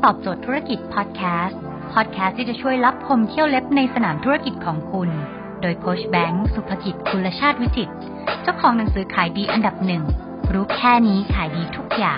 ตอบโจทย์ธุรกิจพอดแคสต์ที่จะช่วยลับพมเที่ยวเล็บในสนามธุรกิจของคุณโดยโค้ชแบงค์สุภกิจกุลชาติวิจิตรเจ้าของหนังสือขายดีอันดับหนึ่งรู้แค่นี้ขายดีทุกอย่าง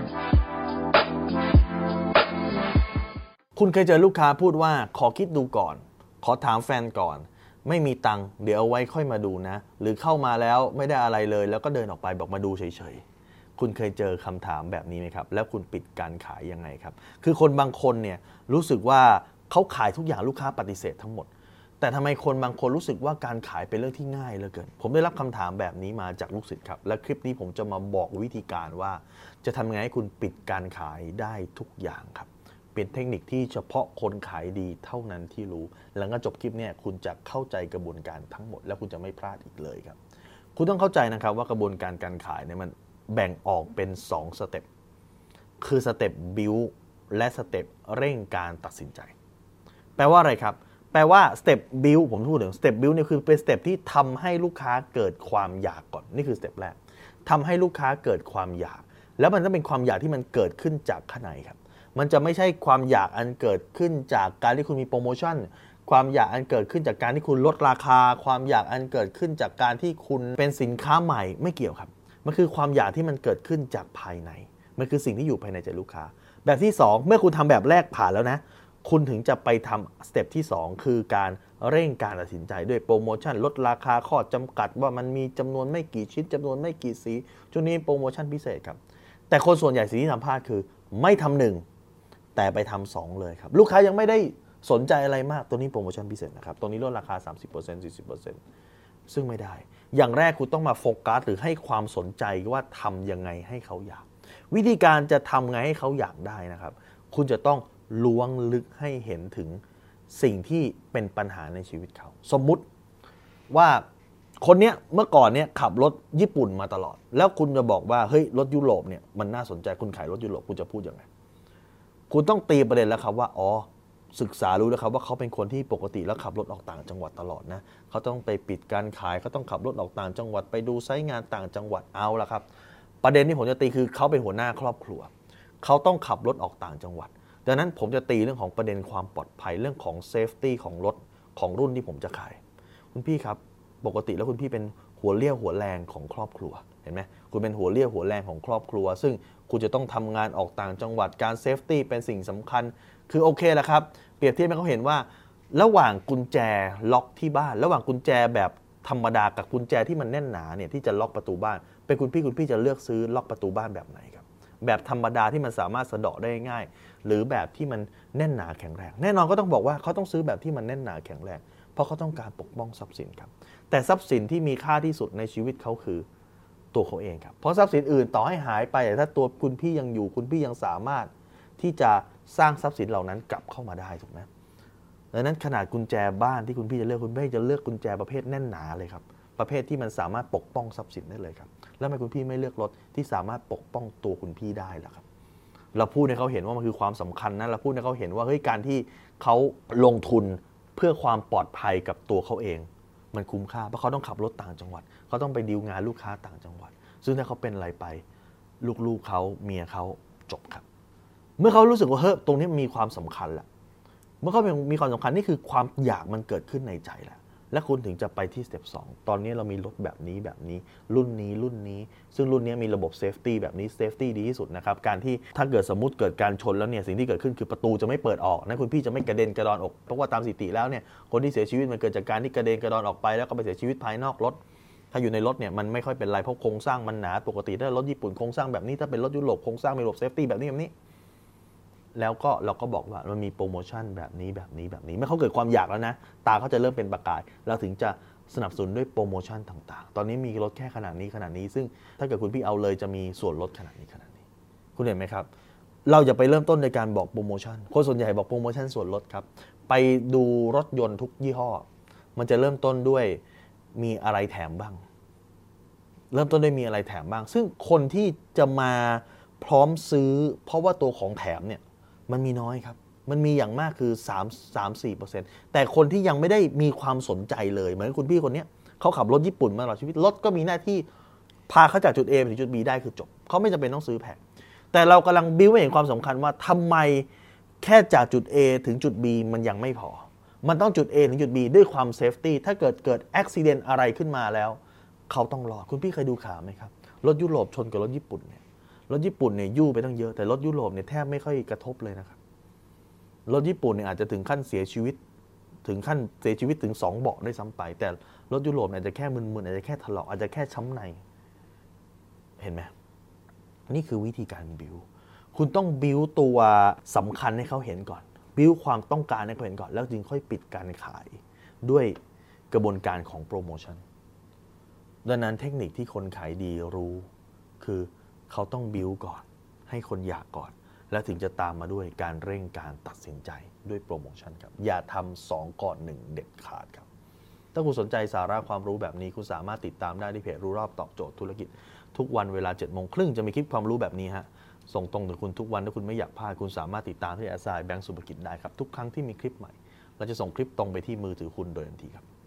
คุณเคยเจอลูกค้าพูดว่าขอคิดดูก่อนขอถามแฟนก่อนไม่มีตังค์เดี๋ยวเอาไว้ค่อยมาดูนะหรือเข้ามาแล้วไม่ได้อะไรเลยแล้วก็เดินออกไปบอกมาดูเฉยๆคุณเคยเจอคำถามแบบนี้ไหมครับแล้วคุณปิดการขายยังไงครับคือคนบางคนเนี่ยรู้สึกว่าเขาขายทุกอย่างลูกค้าปฏิเสธทั้งหมดแต่ทำไมคนบางคนรู้สึกว่าการขายเป็นเรื่องที่ง่ายเหลือเกินผมได้รับคำถามแบบนี้มาจากลูกศิษย์ครับและคลิปนี้ผมจะมาบอกวิธีการว่าจะทำยังไงให้คุณปิดการขายได้ทุกอย่างครับเป็นเทคนิคที่เฉพาะคนขายดีเท่านั้นที่รู้หลังจากจบคลิปเนี่ยคุณจะเข้าใจกระบวนการทั้งหมดและคุณจะไม่พลาดอีกเลยครับคุณต้องเข้าใจนะครับว่ากระบวนการการขายเนี่ยมันแบ่งออกเป็น2สเต็ปคือสเต็ปบิลและสเต็ปเร่งการตัดสินใจแปลว่าอะไรครับแปลว่าสเต็ปบิลผมพูดถึงสเต็ปบิลเนี่ยคือเป็นสเต็ปที่ทำให้ลูกค้าเกิดความอยากก่อนนี่คือสเต็ปแรกทำให้ลูกค้าเกิดความอยากแล้วมันต้องเป็นความอยากที่มันเกิดขึ้นจากข้างในครับมันจะไม่ใช่ความอยากอันเกิดขึ้นจากการที่คุณมีโปรโมชั่นความอยากอันเกิดขึ้นจากการที่คุณลดราคาความอยากอันเกิดขึ้นจากการที่คุณเป็นสินค้าใหม่ไม่เกี่ยวครับมันคือความอยากที่มันเกิดขึ้นจากภายในมันคือสิ่งที่อยู่ภายในใจลูกค้าแบบที่2เมื่อคุณทำแบบแรกผ่านแล้วนะคุณถึงจะไปทำสเต็ปที่2คือการเร่งการตัดสินใจด้วยโปรโมชั่นลดราคาข้อจำกัดว่ามันมีจำนวนไม่กี่ชิ้นจำนวนไม่กี่สีช่วงนี้โปรโมชั่นพิเศษครับแต่คนส่วนใหญ่สิ่งที่ทำพลาดคือไม่ทำ1แต่ไปทำ2เลยครับลูกค้ายังไม่ได้สนใจอะไรมากตัวนี้โปรโมชั่นพิเศษนะครับตัวนี้ลดราคา 30% 40% ซึ่งไม่ได้อย่างแรกคุณต้องมาโฟกัสหรือให้ความสนใจว่าทำยังไงให้เขาอยากวิธีการจะทำไงให้เขาอยากได้นะครับคุณจะต้องล้วงลึกให้เห็นถึงสิ่งที่เป็นปัญหาในชีวิตเขาสมมุติว่าคนเนี้ยเมื่อก่อนเนี่ยขับรถญี่ปุ่นมาตลอดแล้วคุณจะบอกว่าเฮ้ยรถยุโรปเนี่ยมันน่าสนใจคุณขายรถยุโรปคุณจะพูดยังไงคุณต้องตีประเด็นแล้วครับว่าอ๋อศึกษารู้แล้วครับว่าเขาเป็นคนที่ปกติแล้วขับรถออกต่างจังหวัดตลอดนะเขาต้องไปปิดการขายเขาต้องขับรถออกต่างจังหวัดไปดูไซต์งานต่างจังหวัดเอาละครับประเด็นที่ผมจะตีคือเขาเป็นหัวหน้าครอบครัวเขาต้องขับรถออกต่างจังหวัดดังนั้นผมจะตีเรื่องของประเด็นความปลอดภัยเรื่องของเซฟตี้ของรถของรุ่นที่ผมจะขายคุณพี่ครับปกติแล้วคุณพี่เป็นหัวเรี่ยวหัวแรงของครอบครัวเห็นไหมคุณเป็นหัวเรี่ยวหัวแรงของครอบครัวซึ่งคุณจะต้องทำงานออกต่างจังหวัดการเซฟตี้เป็นสิ่งสำคัญคือโอเคแหละครับเปรียบเทียบให้เขาเห็นว่าระหว่างกุญแจล็อกที่บ้านระหว่างกุญแจแบบธรรมดากับกุญแจที่มันแน่นหนาเนี่ยที่จะล็อกประตูบ้านเป็นคุณพี่จะเลือกซื้อล็อกประตูบ้านแบบไหนครับแบบธรรมดาที่มันสามารถสะเดาะได้ง่ายหรือแบบที่มันแน่นหนาแข็งแรงแน่นอนก็ต้องบอกว่าเขาต้องซื้อแบบที่มันแน่นหนาแข็งแรงเพราะเขาต้องการปกป้องทรัพย์สินครับแต่ทรัพย์สินที่มีค่าที่สุดในชีวิตเขาคือตัวเขาเองครับเพราะทรัพย์สินอื่นต่อให้หายไปแต่ถ้าตัวคุณพี่ยังอยู่คุณพี่ยังสามารถที่จะสร้างทรัพย์สินเหล่านั้นกลับเข้ามาได้ถูกไหมดังนั้นขนาดกุญแจบ้านที่คุณพี่จะเลือกคุณพี่จะเลือกกุญแจประเภทแน่นหนาเลยครับประเภทที่มันสามารถปกป้องทรัพย์สินได้เลยครับแล้วทำไมคุณพี่ไม่เลือกรถที่สามารถปกป้องตัวคุณพี่ได้ล่ะครับเราพูดให้เขาเห็นว่ามันคือความสำคัญนะเราพูดให้เขาเห็นว่าเฮ้ยการที่เขาลงทุนเพื่อความปลอดภัยกับตัวเขาเองมันคุ้มค่าเพราะเขาต้องขับรถต่างจังหวัดเขาต้องไปดีลงานลูกค้าต่างจังหวัดซึ่งถ้าเขาเป็นอะไรไปลูกเขาเมียเขาจบครับเมื่อเขารู้สึกว่าเฮ้ยตรงนี้มีความสำคัญแหละเมื่อเขามีความสำคัญนี่คือความอยากมันเกิดขึ้นในใจแล้วและคุณถึงจะไปที่สเต็ป2ตอนนี้เรามีรถแบบนี้รุ่นนี้ซึ่งรุ่นนี้มีระบบเซฟตี้แบบนี้เซฟตี้ดีที่สุดนะครับการที่ถ้าเกิดสมมุติเกิดการชนแล้วเนี่ยสิ่งที่เกิดขึ้นคือประตูจะไม่เปิดออกนะคุณพี่จะไม่กระเด็นกระดอนออกเพราะว่าตามสถิติแล้วเนี่ยคนที่เสียชีวิตมันเกิดจากการที่กระเด็นกระดอนออกไปแล้วก็ไปเสียชีวิตภายนอกรถถ้าอยู่ในรถเนี่ยมันไม่ค่อยเป็นไรเพราะโครงสร้างมันหนาปกติถ้ารถญี่ปุ่นโครงสร้างแบบนี้ถ้าเป็นรถยุโรปโครงสร้างมีระบบเซฟตี้แบบนี้แล้วก็เราก็บอกว่ามันมีโปรโมชั่นแบบนี้เมื่อเขาเกิดความอยากแล้วนะตาเขาจะเริ่มเป็นประกายเราถึงจะสนับสนุนด้วยโปรโมชั่นต่างๆตอนนี้มีรถแค่ขนาดนี้ซึ่งถ้าเกิดคุณพี่เอาเลยจะมีส่วนลดขนาดนี้คุณเห็นไหมครับเราจะไปเริ่มต้นในการบอกโปรโมชั่นคนส่วนใหญ่บอกโปรโมชั่นส่วนลดครับไปดูรถยนต์ทุกยี่ห้อมันจะเริ่มต้นด้วยมีอะไรแถมบ้างซึ่งคนที่จะมาพร้อมซื้อเพราะว่าตัวของแถมเนี่ยมันมีน้อยครับมันมีอย่างมากคือ 3-4% แต่คนที่ยังไม่ได้มีความสนใจเลยเหมือนคุณพี่คนนี้เขาขับรถญี่ปุ่นมาตลอดชีวิตรถก็มีหน้าที่พาเขาจากจุด A ไปถึงจุด B ได้คือจบเขาไม่จำเป็นต้องซื้อแพงแต่เรากำลังบิ้วให้เห็นความสำคัญว่าทำไมแค่จากจุด A ถึงจุด B มันยังไม่พอมันต้องจุด A ถึงจุด B ด้วยความเซฟตี้ถ้าเกิดอุบิเหตุอะไรขึ้นมาแล้วเขาต้องรอดคุณพี่เคยดูข่าวไหมครับรถยุโรปชนกับรถญี่ปุ่นเนี่ยรถญี่ปุ่นเนี่ยยู่ไปตั้งเยอะแต่รถยุโรปเนี่ยแทบไม่ค่อยกระทบเลยนะครับรถญี่ปุ่นเนี่ยอาจจะถึงขั้นเสียชีวิตถึง2เบาะได้ซ้ำไปแต่รถยุโรปเนี่ยอาจจะแค่มึนๆอาจจะแค่ถลอกอาจจะแค่ช้ำในเห็นไหมนี่คือวิธีการบิวคุณต้องบิวตัวสำคัญให้เขาเห็นก่อนบิวความต้องการให้เขาเห็นก่อนแล้วจึงค่อยปิดการขายด้วยกระบวนการของโปรโมชั่นดังนั้นเทคนิคที่คนขายดีรู้คือเขาต้องบิวก่อนให้คนอยากก่อนแล้วถึงจะตามมาด้วยการเร่งการตัดสินใจด้วยโปรโมชั่นครับอย่าทำ2 ก่อน 1เด็ดขาดครับถ้าคุณสนใจสาระความรู้แบบนี้คุณสามารถติดตามได้ที่เพจรู้รอบตอบโจทย์ธุรกิจทุกวันเวลา 7:30 นจะมีคลิปความรู้แบบนี้ฮะส่งตรงถึงคุณทุกวันถ้าคุณไม่อยากพลาดคุณสามารถติดตามที่แอสไซน์แบงก์สุภกิจได้ครับทุกครั้งที่มีคลิปใหม่เราจะส่งคลิปตรงไปที่มือถือคุณโดยทันทีครับ